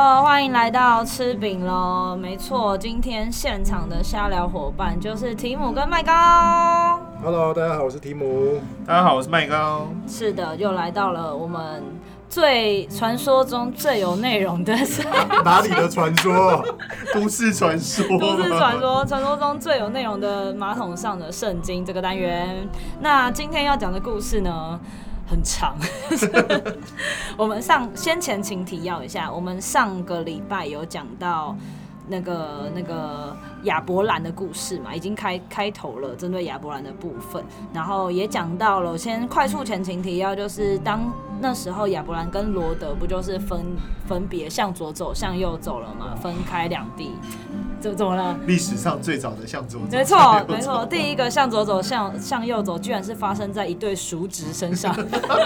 Hello， 欢迎来到吃饼咯。没错，今天现场的瞎聊伙伴就是提姆跟麦高。 Hello， 大家好，我是提姆。 大家好，我是麦高。 是的，又来到了我们传说中最有内容的哪里的传说？ 都市传说。 都市传说，传说中最有内容的马桶上的圣经这个单元。那今天要讲的故事呢？很长，我们先前情提要一下，我们上个礼拜有讲到那个亚伯兰的故事嘛，已经开头了，针对亚伯兰的部分，然后也讲到了，先快速前情提要，就是当那时候亚伯兰跟罗德不就是分别向左走向右走了嘛，分开两地。怎么了？ 历史上最早的向左走， 没错没错，第一个向左走向右走，居然是发生在一对叔侄身上，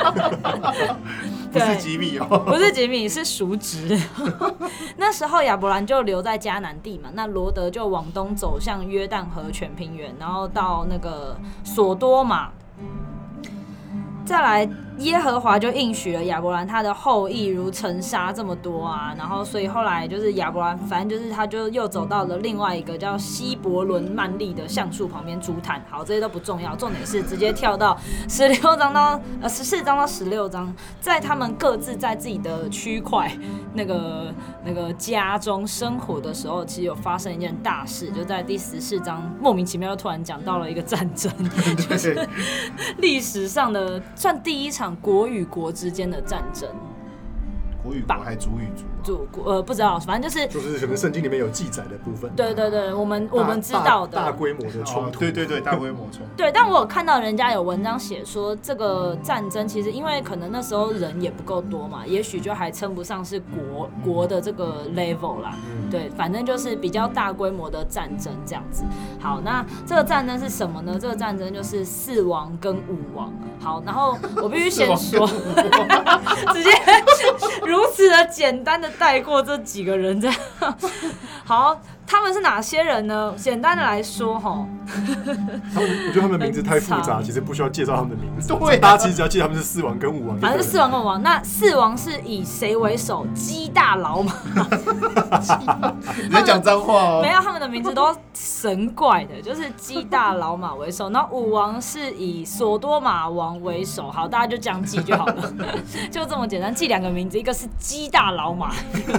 不是吉米哦， 不是吉米，是叔侄。那时候亚伯兰就留在迦南地嘛，那罗德就往东走向约旦河全平原，然后到那个索多玛。再来，耶和华就应许了亚伯兰他的后裔如尘沙这么多啊，然后所以后来就是亚伯兰，反正就是他就又走到了另外一个叫希伯伦曼利的橡树旁边筑坛。好，这些都不重要，重点是直接跳到14章到16章，在他们各自在自己的区块那个家中生活的时候，其实有发生一件大事，就在第14章莫名其妙就突然讲到了一个战争，就是历史上的算第一场国与国之间的战争。 国与国还族与族？ 不知道，反正就是可能圣经里面有记载的部分。 对对对，我们知道的大规模的冲突。 对对对，大规模冲突。 对，但我有看到人家有文章写说，这个战争其实因为可能那时候人也不够多嘛，也许就还称不上是国的这个 level 啦。对，反正就是比较大规模的战争这样子。好，那这个战争是什么呢？这个战争就是4王跟5王。好，然后我必须先说，直接如此的简单的带过这几个人这样。好，他们是哪些人呢？简单的来说， 我觉得他们的名字太复杂，其实不需要介绍他们的名字。 对， 大家其实只要记得他们是4王跟5王。 反正是4王跟5王。那4王是以谁为首？基大老马。 你在讲脏话哦？ 没有，他们的名字都神怪的，就是基大老马为首，然后5王是以索多玛王为首。好，大家就这样记就好了，就这么简单，记2个名字，一个是基大老马，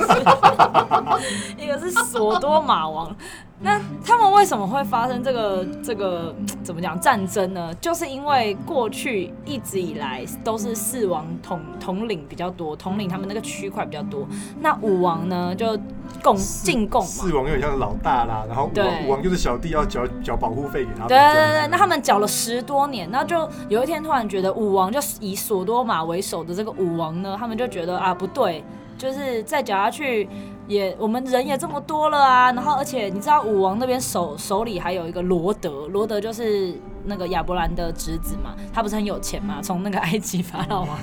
一个是索多玛王。那他们为什么会发生这个怎么讲战争呢？就是因为过去一直以来都是4王统领比较多，统领他们那个区块比较多。那5王呢就进贡嘛。 4王有点像老大啦，然后5王就是小弟要缴保护费给他们。 对对对，那他们缴了10多年，然后就有一天突然觉得5王就以索多玛为首的这个5王呢，他们就觉得啊不对，就是再缴下去。我们人也这么多了啊，然后而且你知道5王那边手里还有一个罗德就是那个亚伯兰的侄子嘛，他不是很有钱嘛，从那个埃及法老王，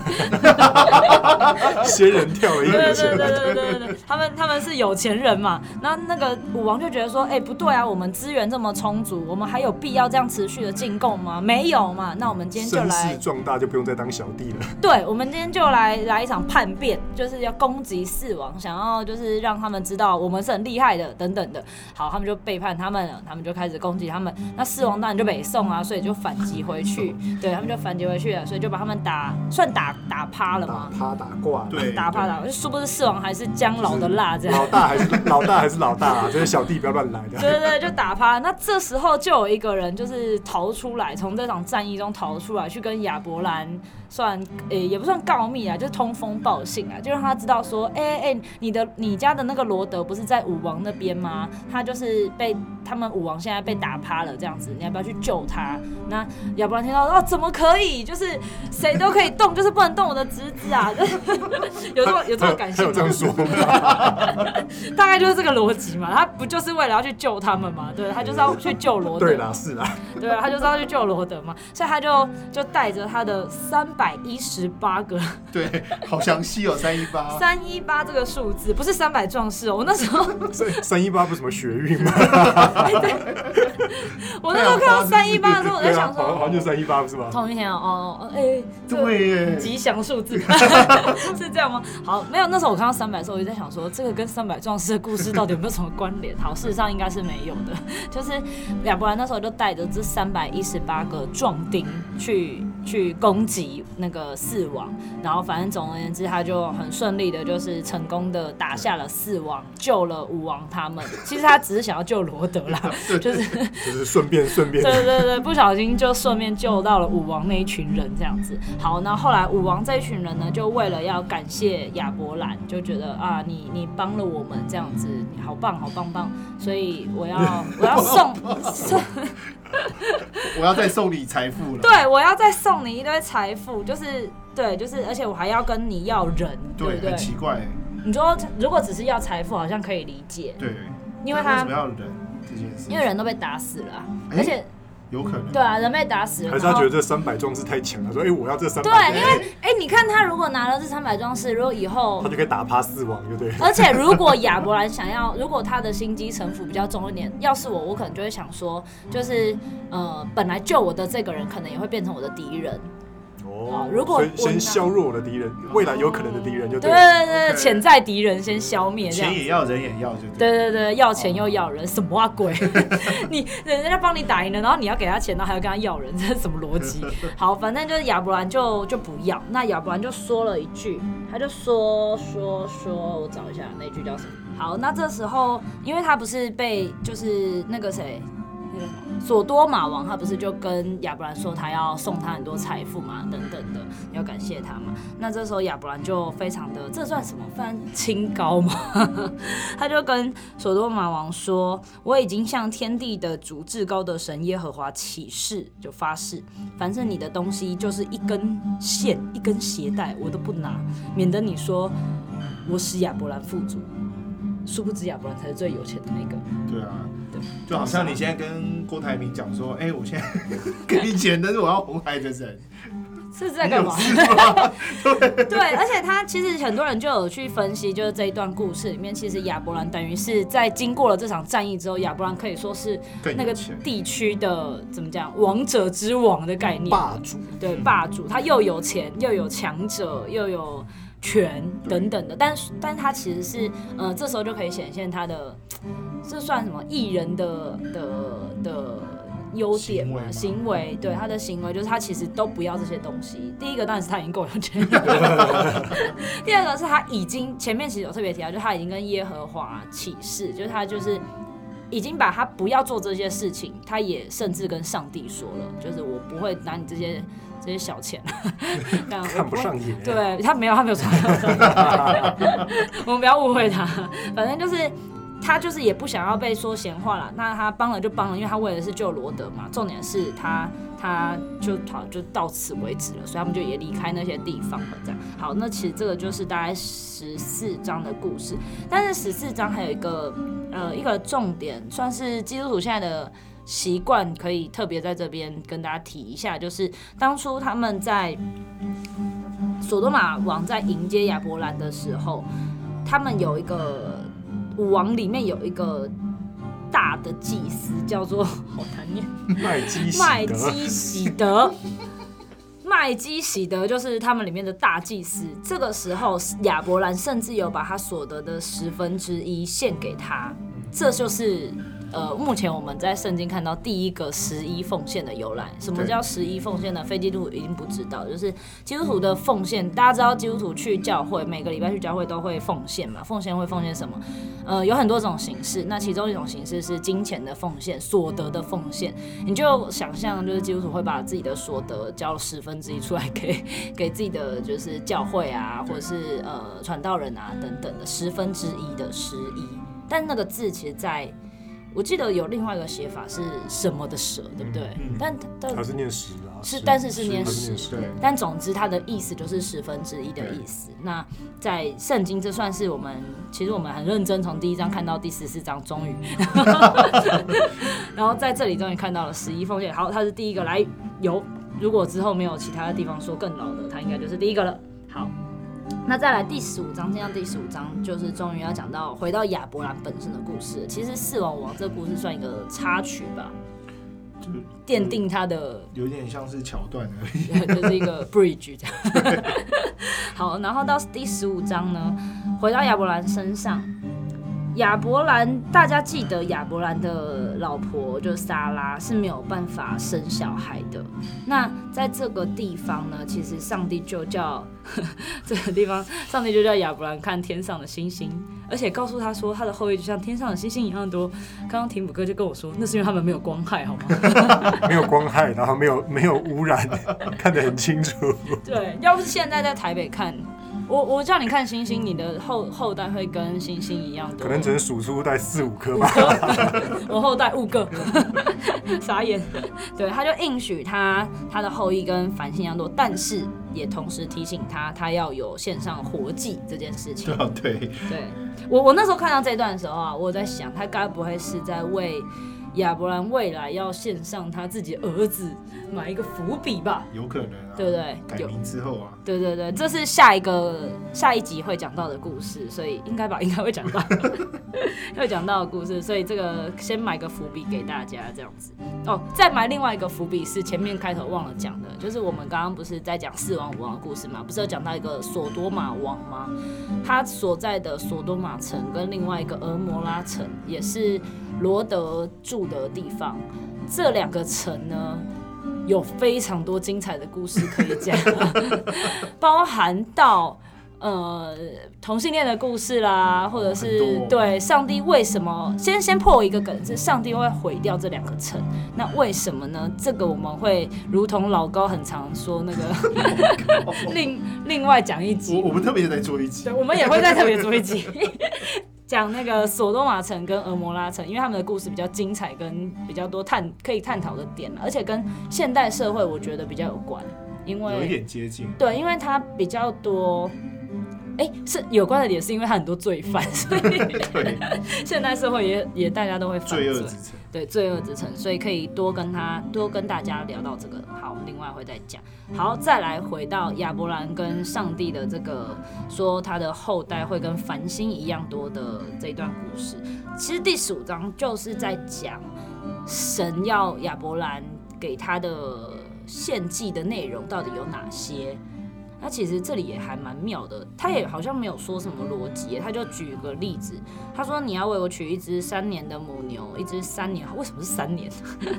仙人跳了一个。 对，他们是有钱人嘛，那个5王就觉得说，不对啊，我们资源这么充足，我们还有必要这样持续的进贡吗？没有嘛，那我们今天就来声势壮大，就不用再当小弟了。 对，我们今天就来一场叛变，就是要攻击4王，想要就是让他们知道我们是很厉害的等等的。好，他们就背叛他们了，他们就开始攻击他们。那4王当然就北宋啊，所以就反击回去。对，他们就反击回去了，所以就把他们打趴了嘛。 打挂。 对， 打趴，殊不知4王还是姜老的辣这样。 老大还是老大啊，这些小弟不要乱来的。 对对对，就打趴。那这时候就有一个人就是逃出来，从这场战役中逃出来，去跟亚伯兰也不算告密啊，就是通风报信啊，就让他知道说，你家的那个罗德不是在5王那边吗？他就是被他们5王现在被打趴了，这样子，你要不要去救他？那亚伯兰听到怎么可以？就是谁都可以动，就是不能动我的侄子啊！有这么感性吗？ 有这样说吗？ 大概就是这个逻辑嘛，他不就是为了要去救他们嘛？对，他就是要去救罗德。 对啦，是啦。 对啊，他就是要去救罗德嘛，所以他就带着他的318个。 对，好详细哦，318。 318这个数字不是300壮士哦，我那时候 318不是什么学运吗？ 我那时候看到318的时候，我在想说， 好像就318不是吗？ 同一天对耶， 吉祥数字是这样吗？好，没有，那时候我看到300的时候，我就在想说，这个跟300壮士的故事到底有没有什么关联？好，事实上应该是没有的，就是亚伯兰那时候就带着这318个壮丁去攻击那个4王，然后反正总而言之，他就很顺利的，就是成功的打下了4王，救了5王他们。其实他只是想要救罗德啦， 就是顺便， 对，不小心就顺便救到了5王那一群人这样子。好，那后来5王这一群人呢，就为了要感谢亚伯兰，就觉得啊，你帮了我们这样子，你好棒，所以我要送。 我要再送你财富了。 对，我要再送你一堆财富，就是而且我还要跟你要人，对不对？ 很奇怪。 你说如果只是要财富，好像可以理解。 对， 因为为什么要人这件事？ 因为人都被打死了，而且。 有可能。 对啊，人被打死了。 还是他觉得这300壮士太强了，说我要这300。 对，因为你看他如果拿了这300壮士，如果以后他就可以打趴4王，对不对？ 而且如果亚伯兰如果他的心机城府比较重一点，要是我可能就会想说，就是本来救我的这个人可能也会变成我的敌人。如果先削弱我的敌人，未来有可能的敌人就对。 对，潜在敌人先消灭，这样。 钱也要，人也要，就对，要钱又要人，什么鬼？人家帮你打赢了，然后你要给他钱，然后还要跟他要人，这是什么逻辑？好，反正就是亚伯兰就不要。那亚伯兰就说了一句，他就说，我找一下那句叫什么？好，那这时候因为他不是被就是那个谁。索多玛王他不是就跟亚伯兰说他要送他很多财富嘛，等等的，要感谢他嘛。那这时候亚伯兰就非常的，这算什么？非常清高嘛。他就跟索多玛王说：“我已经向天地的主至高的神耶和华起誓，就发誓，反正你的东西就是一根线、一根鞋带，我都不拿，免得你说我使亚伯兰富足。殊不知亚伯兰才是最有钱的那个。” 对啊。就好像你现在跟郭台铭讲说，我现在给你钱，但是我要红海的人， 是在干嘛？对，而且他其实很多人就有去分析，就是这一段故事里面，其实亚伯兰等于是在经过了这场战役之后，亚伯兰可以说是那个地区的怎么讲，王者之王的概念， 霸主。 对，霸主，他又有钱，又有强者，又有权等等的，但是他其实是这时候就可以显现他的。这算什么艺人的优点嘛？行为，对他的行为就是他其实都不要这些东西。第一个当然是他已经够有钱了，第二个是他已经前面其实有特别提到，就是他已经跟耶和华起誓，就是他就是已经把他不要做这些事情，他也甚至跟上帝说了，就是我不会拿你这些小钱， 看不上眼。 对他没有传，我们不要误会他，反正就是。他就是也不想要被说闲话啦，那他帮了就帮了，因为他为的是救罗德嘛。重点是他就到此为止了，所以他们就也离开那些地方了。这样好，那其实这个就是大概14章的故事，但是14章还有一个重点，算是基督徒现在的习惯，可以特别在这边跟大家提一下，就是当初他们在索多玛王在迎接亚伯兰的时候，他们有一个。5王里面有一个大的祭司，叫做好难念， 麦基洗德就是他们里面的大祭司。这个时候，亚伯兰甚至有把他所得的1/10献给他，这就是目前我们在圣经看到第一个11奉献的由来。什么叫11奉献呢？非基督徒一定不知道，就是基督徒的奉献。大家知道基督徒去教会，每个礼拜去教会都会奉献嘛？奉献会奉献什么？有很多种形式。那其中一种形式是金钱的奉献，所得的奉献。你就想象，就是基督徒会把自己的所得交1/10出来给自己的就是教会啊，或者是传道人啊等等的1/10的11。但那个字其实在。我记得有另外一个写法是什么的蛇，对不对？但它是念10啊， 但是念10，但总之它的意思就是1/10的意思。那在圣经，这算是其实我们很认真，从第1章看到第14章，终于，然后在这里终于看到了11奉献。好，它是第一个来有，如果之后没有其他的地方说更老的，它应该就是第一个了。好。那再来第15章，进到第15章就是终于要讲到回到亚伯兰本身的故事。其实4王这个故事算一个插曲吧。 奠定他的， 有点像是桥段而已， 就是一个 bridge 这样。好，然后到第15章呢，回到亚伯兰身上。亚伯兰，大家记得亚伯兰的老婆就是撒拉是没有办法生小孩的。那在这个地方呢，其实上帝就叫这个地方，上帝就叫亚伯兰看天上的星星，而且告诉他说，他的后裔就像天上的星星一样多。刚刚提姆哥就跟我说，那是因为他们没有光害，好吗？ 没有光害，然后没有污染，看得很清楚。 对，要不是现在在台北看。我叫你看星星，你的后代会跟星星一样多， 可能只能数出大概4、5颗吧。 我后代5个，傻眼。对，他就应许他的后裔跟繁星一样多，但是也同时提醒他要有献上活祭这件事情。 对， 我那时候看到这段的时候啊，我在想，他该不会是在为亚伯兰未来要献上他自己儿子埋一个伏笔吧？ 有可能啊， 对不对？ 改名之后啊， 对对对，这是下一集会讲到的故事，所以应该会讲到，会讲到的故事，所以这个先埋个伏笔给大家这样子。哦，再埋另外一个伏笔是前面开头忘了讲的，就是我们刚刚不是在讲4王5王的故事吗？不是有讲到一个索多玛王吗？他所在的索多玛城跟另外一个俄摩拉城也是罗德住的地方，这2个城呢，有非常多精彩的故事可以讲，包含到同性恋的故事啦，或者是对上帝为什么先破一个梗，是上帝会毁掉这2个城，那为什么呢？这个我们会如同老高很常说那个另外讲一集， 我们特别再做一集， 对，我们也会再特别做一集。讲那个索多玛城跟俄摩拉城，因为他们的故事比较精彩，跟比较多可以探讨的点，而且跟现代社会我觉得比较有关，因为有一点接近。 对，因为它比较多，是有关的点，是因为它很多罪犯，所以对现代社会也大家都会犯罪， 罪恶之城， 对，罪恶之城，所以可以多跟大家聊到这个。好，我们另外会再讲。好，再来回到亚伯兰跟上帝的这个说他的后代会跟繁星一样多的这一段故事。其实第15章就是在讲神要亚伯兰给他的献祭的内容到底有哪些。那其实这里也还蛮妙的，他也好像没有说什么逻辑，他就举个例子，他说你要为我取一只3年的母牛，一只3年，为什么是3年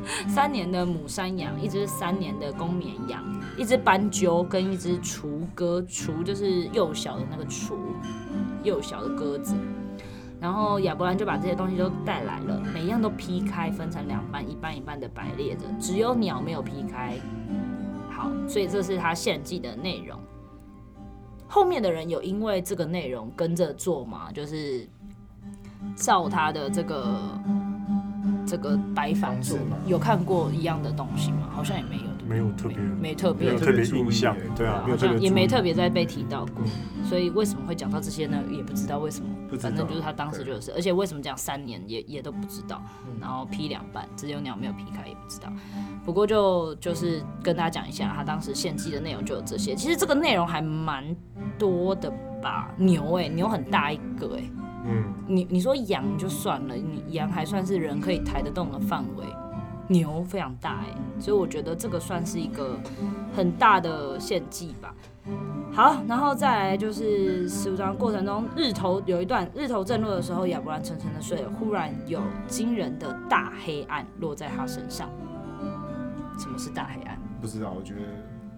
？3年的母山羊，一只3年的公绵羊，一只斑鸠跟一只雏鸽，雏就是幼小的那个雏，幼小的鸽子。然后亚伯兰就把这些东西都带来了，每一样都劈开，分成2半，一半一半的摆列着，只有鸟没有劈开。好，所以这是他献祭的内容。后面的人有因为这个内容跟着做吗？就是照他的这个摆法做，有看过一样的东西吗？好像也没有， 没有特别印象，对啊， 好像也没特别再被提到过。所以为什么会讲到这些呢？也不知道为什么，反正就是他当时就是，而且为什么讲3年也都不知道。然后劈2半，只有鸟没有劈开，也不知道。不过就是跟大家讲一下，他当时献祭的内容就有这些。其实这个内容还蛮多的吧？牛很大一个你说羊就算了，你羊还算是人可以抬得动的范围，牛非常大所以我觉得这个算是一个很大的献祭吧。好，然后再来就是15章过程中，有一段日头正落的时候，亚伯兰沉沉的睡了，忽然有惊人的大黑暗落在他身上。什么是大黑暗？ 不知道，我觉得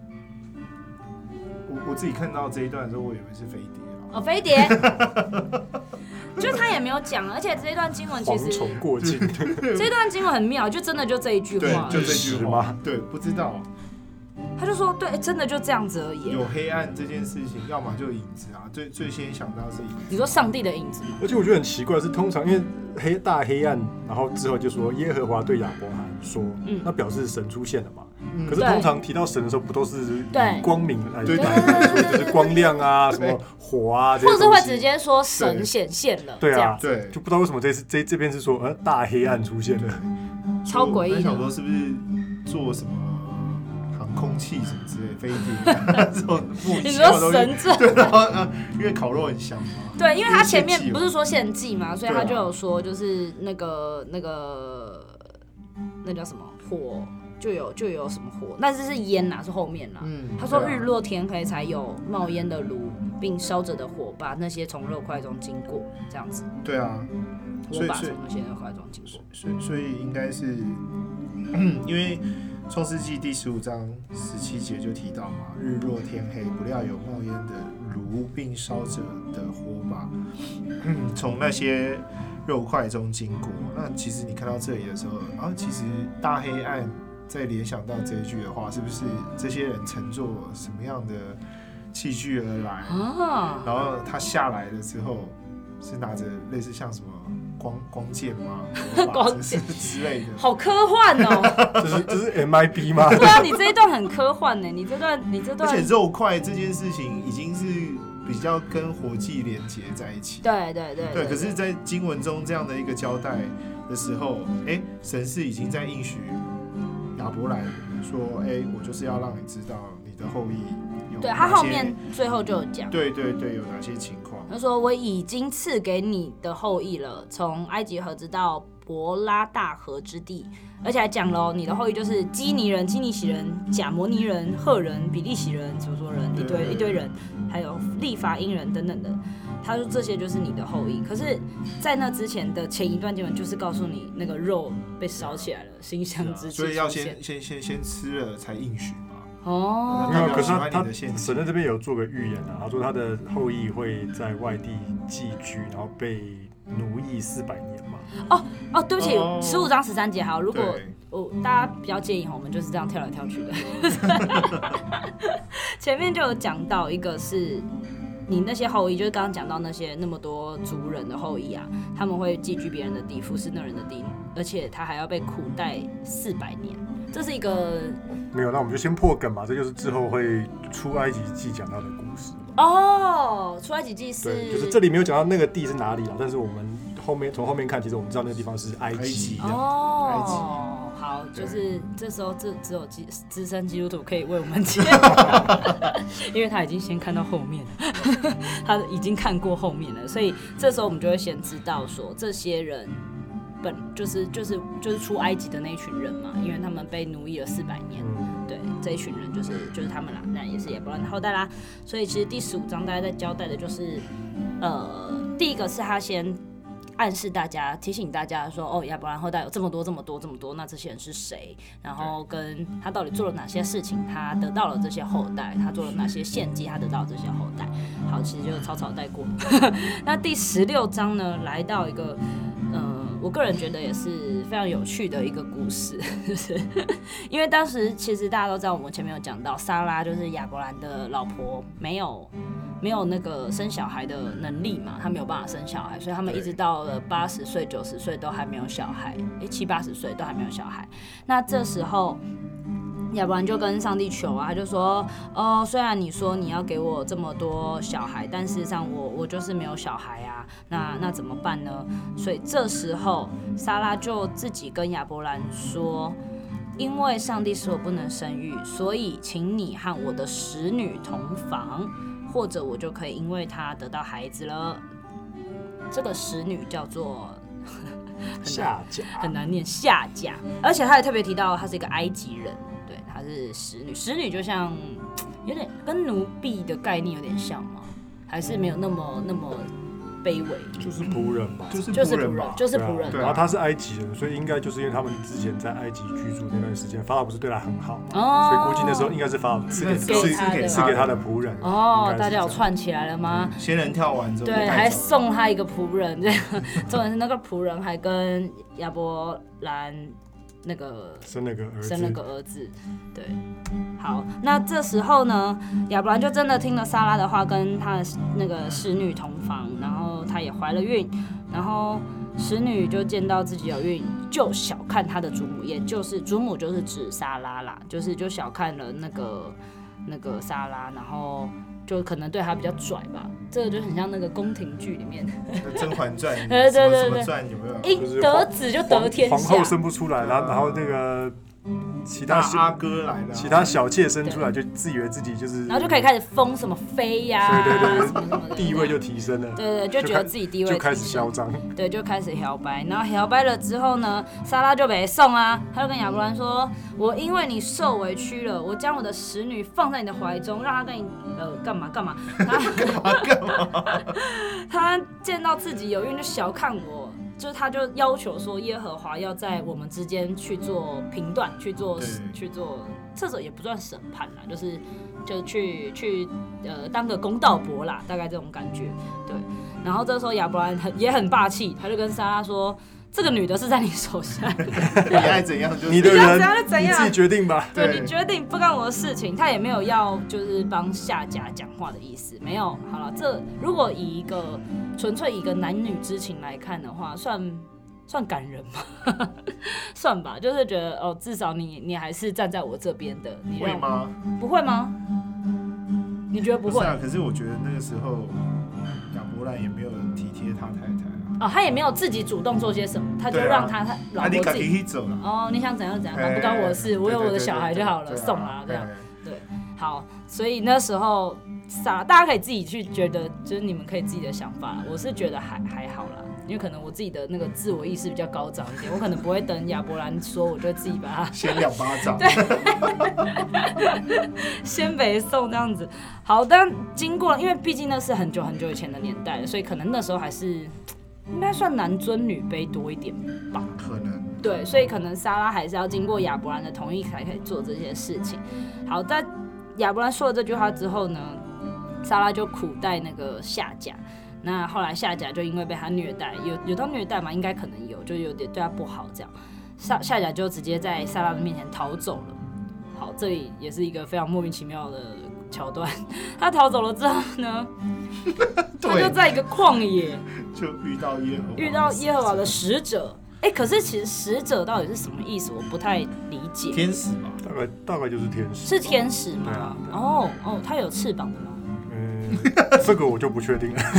我自己看到这一段的时候，我以为是飞碟哦，飞碟，就他也没有讲，而且这一段经文其实蝗虫过境， 这一段经文很妙，就真的就这一句话， 对，就这句话，对，不知道。 他就说，对，真的就这样子而已。 有黑暗这件事情，要么就有影子啊，最先想到是影子。 你说上帝的影子吗？ 而且我觉得很奇怪的是，通常因为大黑暗，然后之后就说耶和华对亚伯兰说，那表示神出现了嘛。可是通常提到神的时候，不都是以光明来说，就是光亮啊，什么火啊， 或者是会直接说神显现了， 对啊， 对， 就不知道为什么这边是说大黑暗出现了， 超诡异的。 我想说是不是做什么航空器什么之类飞碟这种莫名其妙的东西？你说神对， 然后因为烤肉很香嘛。 对，因为他前面不是说献祭嘛，所以他就有说就是那叫什么？ 火。就有什么火，但是烟呐，是后面啦。他说日落天黑才有冒烟的炉，并烧着的火把那些从肉块中经过，这样子。 对啊， 火把从那些肉块中经过。 所以应该是，因为创世纪第15章17节就提到嘛，日落天黑，不料有冒烟的炉，并烧着的火把从那些肉块中经过。那其实你看到这里的时候，其实大黑暗。再联想到这一句的话，是不是这些人乘坐什么样的器具而来？然后他下来了之后，是拿着类似像什么光剑吗？光剑之类的， 好科幻哦！ 这是 MIB 吗？ 对啊，你这一段很科幻呢，你这段， 而且肉块这件事情已经是比较跟活祭连结在一起。 对。 可是，在经文中这样的一个交代的时候，神是已经在应许亚伯兰说：“我就是要让你知道你的后裔有哪些。” 对，他后面最后就有讲。 对，有哪些情况？ 他说：“我已经赐给你的后裔了，从埃及河直到伯拉大河之地。”而且还讲了你的后裔就是基尼人、基尼喜人、甲摩尼人、赫人、比利洗人、所说人，一堆人，还有利法因人等等的。他说这些就是你的后裔。可是，在那之前的前一段经文就是告诉你，那个肉被烧起来了，馨香之气。 所以要先吃了才应许嘛。 没有，可是他神在这边有做个预言啊，他说他的后裔会在外地寄居，然后被奴役400年嘛。 对不起，15章13节好，如果大家比较介意，我们就是这样跳来跳去的。前面就有讲到一个是。你那些后裔，就是刚刚讲到那些那么多族人的后裔啊，他们会寄居别人的地，服侍那人的地，而且他还要被苦待400年，这是一个没有，那我们就先破梗嘛，这就是之后会出埃及记讲到的故事。 出埃及记是， 对，就是这里没有讲到那个地是哪里啦，但是我们从后面看，其实我们知道那个地方是埃及。 好，就是这时候只有资深基督徒可以为我们解，因为他已经先看到后面了，他已经看过后面了，所以这时候我们就会先知道说这些人就是出埃及的那一群人嘛，因为他们被奴役了400年，对，这一群人就是他们啦，那也是亚伯兰的后代啦，所以其实第15章大家在交代的就是，第一个是他先。暗示大家、提醒大家说，亚伯兰后代有这么多，那这些人是谁？然后跟他到底做了哪些事情，他得到了这些后代，他做了哪些献祭，他得到这些后代。好，其实就草草带过。那第16章呢，来到一个，我个人觉得也是非常有趣的一个故事，就是因为当时其实大家都知道，我们前面有讲到，撒拉就是亚伯兰的老婆，没有那个生小孩的能力嘛，他没有办法生小孩，所以他们一直到了80岁、90岁都还没有小孩，70、80岁都还没有小孩。那这时候亚伯兰就跟上帝求啊，他就说，虽然你说你要给我这么多小孩，但事实上我就是没有小孩啊，那怎么办呢？所以这时候撒拉就自己跟亚伯兰说，因为上帝使我不能生育，所以请你和我的使女同房。或者我就可以因为他得到孩子了。这个使女叫做夏甲， 很难念夏甲，而且他也特别提到他是一个埃及人，对，他是使女。使女就像有点跟奴婢的概念有点像吗？还是没有那么卑微， 就是仆人吧， 就是仆人。 然后他是埃及人，所以应该就是因为他们之前在埃及居住那段时间，法老不是对他很好嘛，所以估计那时候应该是法老赐给他的仆人。 大家有串起来了吗？ 仙人跳完之后， 对，还送他一个仆人，这样。重点是那个仆人还跟亚伯兰那个生了个儿子， 对。好，那这时候呢，亚伯兰就真的听了撒拉的话，跟他的那个使女同房，然后他也怀了孕，然后使女就见到自己有孕，就小看他的祖母，也就是祖母就是指撒拉啦，就小看了那个撒拉，然后就可能对他比较拽吧，这个就很像那个宫廷剧里面 《甄嬛传》 对， 什么传有没有？ 得子就得天下， 皇后生不出来，然后那个其他阿哥来了， 其他小妾生出来就自以为自己就是， 然后就可以开始封什么妃呀， 对， 什么什么的， 地位就提升了， 对，就觉得自己地位就开始嚣张， 对，就开始摇摆。然后摇摆了之后呢，莎拉就被送啊，他就跟亚伯兰说：“我因为你受委屈了，我将我的使女放在你的怀中，让她跟你干嘛？他见到自己有孕就小看我。”就是他就要求说，耶和华要在我们之间去做评断，去做，这种也不算审判啦，就去当个公道伯啦，大概这种感觉。对，然后这时候亚伯兰也很霸气，他就跟莎拉说：“这个女的是在你手下， 你爱怎样就你的人， 你自己决定吧。 对，你决定，不干我的事情。”他也没有要就是帮夏甲讲话的意思，没有。好了，这如果纯粹以一个男女之情来看的话，算感人吗？算吧，就是觉得哦，至少你还是站在我这边的。你会吗？ 不会吗？你觉得不会？ 不是啊，可是我觉得那个时候亚伯兰也没有体贴他太太啊。 哦，他也没有自己主动做些什么，他就让他老婆自己走了。 哦，你想怎样就怎样，不关我的事，我有我的小孩就好了，送啦这样。对，好，所以那时候大家可以自己去觉得，就是你们可以自己的想法。我是觉得还好啦，因为可能我自己的那个自我意识比较高涨一点，我可能不会等亚伯兰说，我就自己把他先2巴掌， 对，先北送这样子。好，但经过，因为毕竟那是很久很久以前的年代了，所以可能那时候还是应该算男尊女卑多一点吧， 可能。 对，所以可能莎拉还是要经过亚伯兰的同意才可以做这些事情。好，在亚伯兰说了这句话之后呢，莎拉就苦待那个夏甲。那后来夏甲就因为被他虐待，有到虐待吗？应该可能有，就有点对他不好这样。夏甲就直接在莎拉的面前逃走了。好，这里也是一个非常莫名其妙的桥段。他逃走了之后呢，他就在一个旷野就遇到耶和华的使者。可是其实使者到底是什么意思？我不太理解。 天使吧， 大概就是天使。 是天使吗？ 对啊。 哦，他有翅膀的吗？ 这个我就不确定了。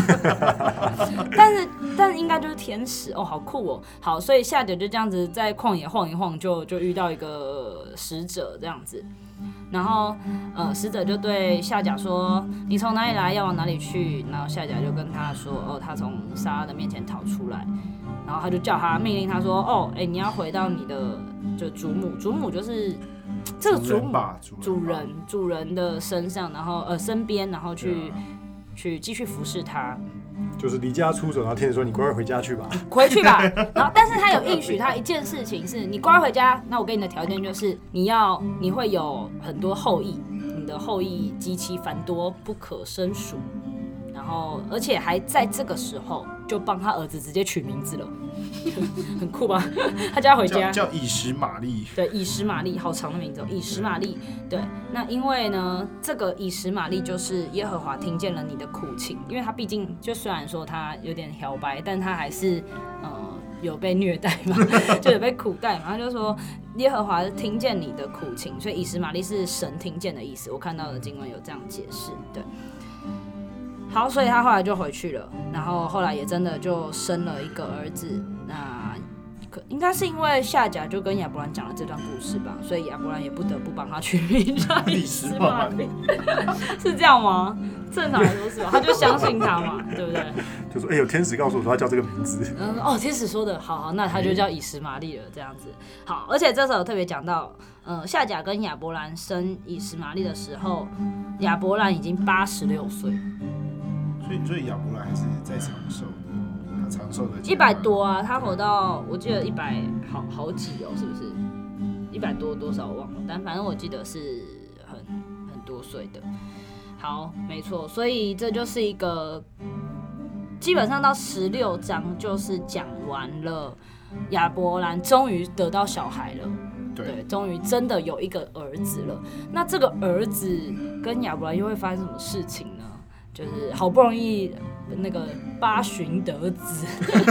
但是应该就是天使哦，好酷哦。好，所以夏甲就这样子在旷野晃一晃就遇到一个使者这样子。然后使者就对夏甲说：“你从哪里来？要往哪里去？”然后夏甲就跟他说：“哦，他从莎拉的面前逃出来。”然后他就叫他命令他说：“哦，你要回到你的就祖母就是这个主人的身上，然后身边，然后去继续服侍他。” 就是离家出走，然后天使说：“你乖乖回家去吧， 回去吧。”然后，但是他有应许他一件事情是：你乖回家，那我给你的条件就是你会有很多后裔，你的后裔极其繁多，不可胜数。然后，而且还在这个时候就帮他儿子直接取名字了，很酷吧？他就要回家， 叫以实玛利。 对，以实玛利，好长的名字，以实玛利。对，那因为呢，这个以实玛利就是耶和华听见了你的苦情，因为他毕竟就虽然说他有点摇摆，但他还是有被虐待嘛，就有被苦待嘛。他就说耶和华听见你的苦情，所以以实玛利是神听见的意思。我看到的经文有这样解释，对。好，所以他后来就回去了，然后后来也真的就生了一个儿子。那应该是因为夏甲就跟亚伯兰讲了这段故事吧，所以亚伯兰也不得不帮他取名叫以实玛利，是这样吗？正常来说是吧？他就相信他嘛，对不对？ 就说有天使告诉我说他叫这个名字。 天使说的，好，那他就叫以实玛利了，这样子。好，而且这时候有特别讲到，夏甲跟亚伯兰生以实玛利的时候，亚伯兰已经86岁。 所以亚伯兰还是在长寿的，他长寿的 100多啊，他活到我记得100好几哦，是不是？100多少我忘了，但反正我记得是很多岁的。好，没错，所以这就是一个基本上到16章就是讲完了，亚伯兰终于得到小孩了。对，终于真的有一个儿子了。那这个儿子跟亚伯兰又会发生什么事情呢？就是好不容易那个八旬得子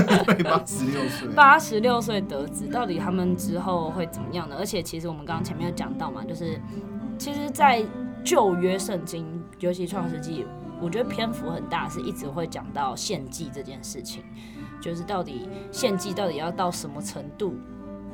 ，86岁得子，到底他们之后会怎么样呢？而且其实我们刚刚前面有讲到嘛，就是其实，在旧约圣经，尤其创世纪，我觉得篇幅很大，是一直会讲到献祭这件事情，就是到底献祭到底要到什么程度，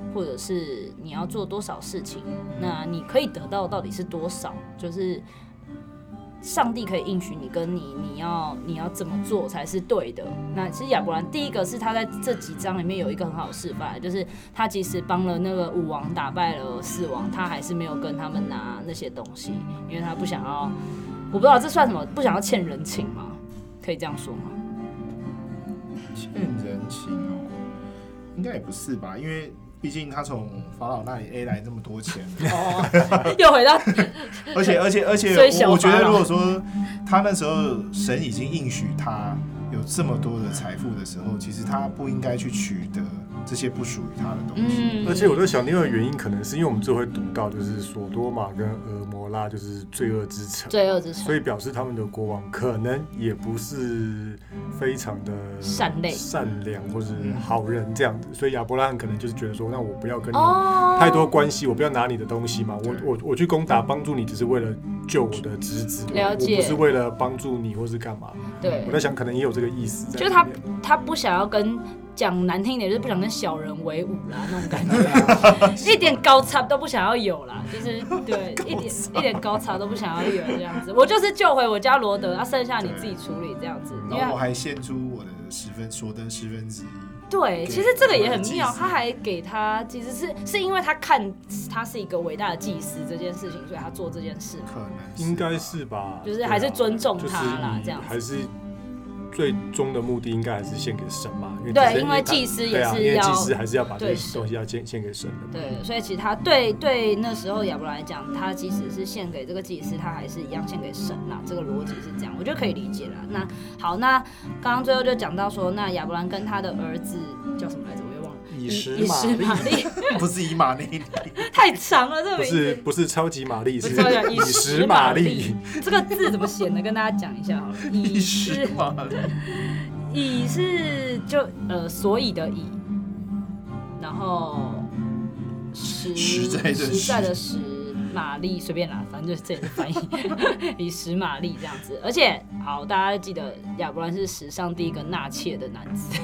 或者是你要做多少事情，那你可以得到到底是多少，就是上帝可以应许你，跟你要怎么做才是对的。那其实亚伯兰第一个是他在这几章里面有一个很好的示范，就是他即使帮了那个5王打败了4王，他还是没有跟他们拿那些东西，因为他不想要，我不知道这算什么，不想要欠人情吗？可以这样说吗？ 欠人情哦，应该也不是吧，因为毕竟他从法老那里 A 来那么多钱， 又回到， 而且我觉得如果说他那时候神已经应许他有这么多的财富的时候，其实他不应该去取得这些不属于他的东西。 而且我在想，另外一个原因可能是因为我们最后会读到，就是索多玛跟俄摩拉就是罪恶之城，所以表示他们的国王可能也不是非常的善良或是好人这样子，所以亚伯拉罕可能就是觉得说，那我不要跟你有太多关系，我不要拿你的东西嘛，我去攻打帮助你，只是为了救我的侄子，我不是为了帮助你或是干嘛。 对， 我在想可能也有这个意思在里面， 就是他不想要跟。讲难听点，就是不想跟小人为伍啦，那种感觉，一点高差都不想要有啦，就是对，一点高差都不想要有这样子。我就是救回我家罗德，剩下你自己处理这样子。 然后我还献出我的所得1/10。 对，其实这个也很妙，他还给他，其实是因为他看他是一个伟大的祭司这件事情，所以他做这件事。 可能应该是吧， 就是还是尊重他啦，这样子。 还是最终的目的应该还是献给神嘛， 对，因为祭司也是要， 因为祭司还是要把这些东西要献给神的。 对，所以其实他对那时候亚伯兰来讲，他即使是献给这个祭司，他还是一样献给神啦。这个逻辑是这样，我觉得可以理解啦。那好，那刚刚最后就讲到说，那亚伯兰跟他的儿子叫什么来着？我又忘了。 以实玛利， 不是以马内利， 太长了，这个名字不是超级玛丽，是以实玛利。这个字怎么写呢？跟大家讲一下好了。 以实玛利， 以是就所以的以，然后实在的实，玛丽随便啦，反正就是这里的翻译，以实玛丽这样子。而且好，大家记得亚伯兰是史上第一个纳妾的男子，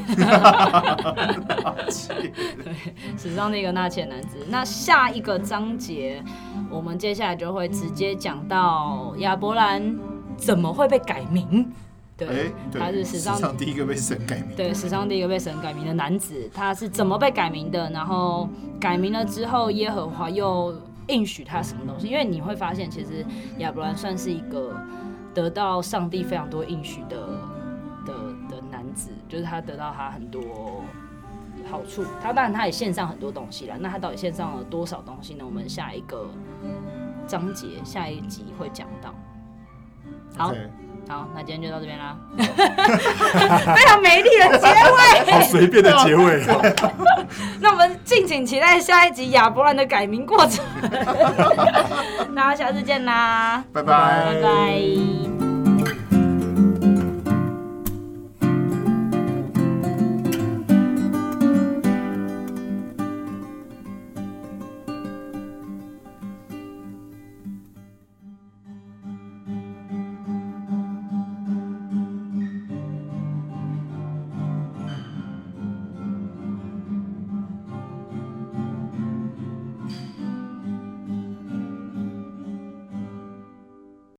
对，史上第一个纳妾的男子。那下一个章节，我们接下来就会直接讲到亚伯兰怎么会被改名。对，他是史上第一个被神改名。 对，史上第一个被神改名的男子，他是怎么被改名的？然后改名了之后，耶和华又应许他什么东西？因为你会发现，其实亚伯兰算是一个得到上帝非常多应许的男子，就是他得到他很多好处。他当然他也献上很多东西啦，那他到底献上了多少东西呢？我们下一个章节下一集会讲到。好。Okay.好，那今天就到这边啦。非常美丽的结尾， 好随便的结尾哦。 那我们敬请期待下一集亚伯兰的改名过程。大家下次见啦， 拜拜， 拜拜。